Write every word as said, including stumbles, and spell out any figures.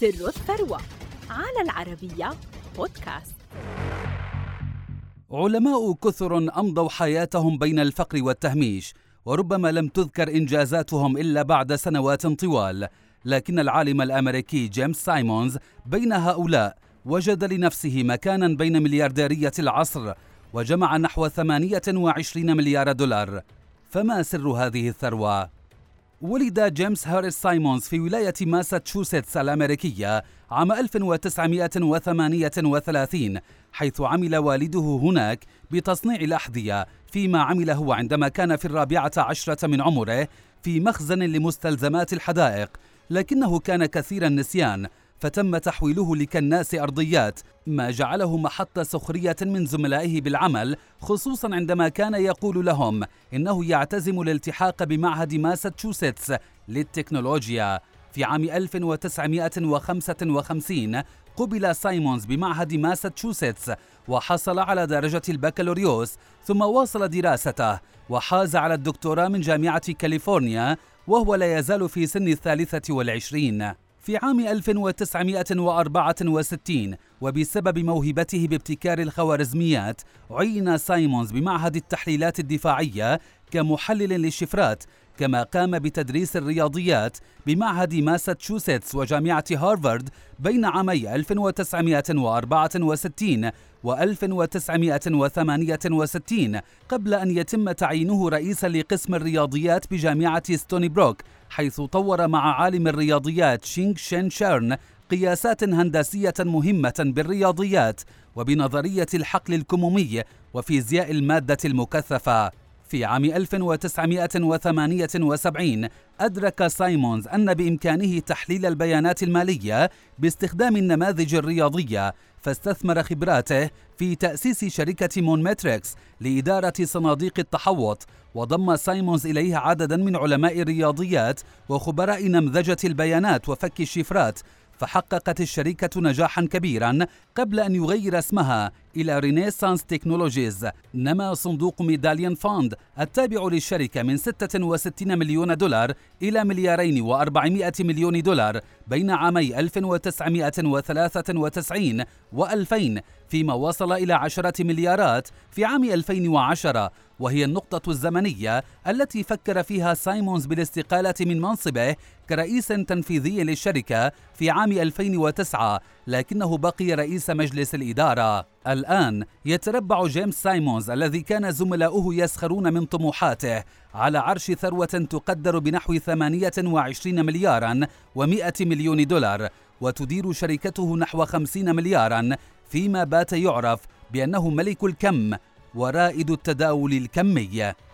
سر الثروة على العربية بودكاست. علماء كثر أمضوا حياتهم بين الفقر والتهميش، وربما لم تذكر إنجازاتهم إلا بعد سنوات طوال، لكن العالم الأمريكي جيمس سايمونز بين هؤلاء وجد لنفسه مكانا بين مليارديرية العصر، وجمع نحو ثمانية وعشرين مليار دولار. فما سر هذه الثروة؟ ولد جيمس هاريس سايمونز في ولاية ماساتشوستس الأمريكية عام ألف وتسعمائة وثمانية وثلاثين، حيث عمل والده هناك بتصنيع الأحذية، فيما عمل هو عندما كان في الرابعة عشرة من عمره في مخزن لمستلزمات الحدائق، لكنه كان كثير النسيان، فتم تحويله لكناس أرضيات، ما جعله محط سخرية من زملائه بالعمل، خصوصا عندما كان يقول لهم إنه يعتزم الالتحاق بمعهد ماساتشوستس للتكنولوجيا. في عام ألف وتسعمائة وخمسة وخمسين قبل سايمونز بمعهد ماساتشوستس وحصل على درجة البكالوريوس، ثم واصل دراسته وحاز على الدكتوراه من جامعة كاليفورنيا وهو لا يزال في سن الثالثة والعشرين. في عام ألف وتسعمائة وأربعة وستين وبسبب موهبته بابتكار الخوارزميات عين سايمونز بمعهد التحليلات الدفاعية كمحلل للشفرات، كما قام بتدريس الرياضيات بمعهد ماساتشوستس وجامعة هارفارد بين عامي ألف وتسعمائة وأربعة وستين و ألف وتسعمائة وثمانية وستين، قبل أن يتم تعيينه رئيسا لقسم الرياضيات بجامعة ستوني بروك، حيث طور مع عالم الرياضيات شينغ شين شيرن قياسات هندسية مهمة بالرياضيات وبنظرية الحقل الكمومي وفيزياء المادة المكثفة. في عام ألف وتسعمائة وثمانية وسبعين أدرك سايمونز أن بإمكانه تحليل البيانات المالية باستخدام النماذج الرياضية، فاستثمر خبراته في تأسيس شركة مونمتريكس لإدارة صناديق التحوط، وضم سايمونز إليها عددا من علماء الرياضيات وخبراء نمذجة البيانات وفك الشفرات، فحققت الشركة نجاحا كبيرا قبل أن يغير اسمها إلى رينيسانس تكنولوجيز. نما صندوق ميداليون فوند التابع للشركة من ستة وستين مليون دولار إلى مليارين وأربعمائة مليون دولار بين عامي ألف وتسعمائة وثلاثة وتسعين وألفين، فيما وصل إلى عشرة مليارات في عام ألفين وعشرة، وهي النقطة الزمنية التي فكر فيها سايمونز بالاستقالة من منصبه كرئيس تنفيذي للشركة في عام ألفين وتسعة، لكنه بقي رئيس مجلس الإدارة. الآن يتربع جيمس سايمونز الذي كان زملاؤه يسخرون من طموحاته على عرش ثروة تقدر بنحو ثمانية وعشرين مليارا ومائة مليون دولار، وتدير شركته نحو خمسين مليارا، فيما بات يعرف بأنه ملك الكم ورائد التداول الكمي.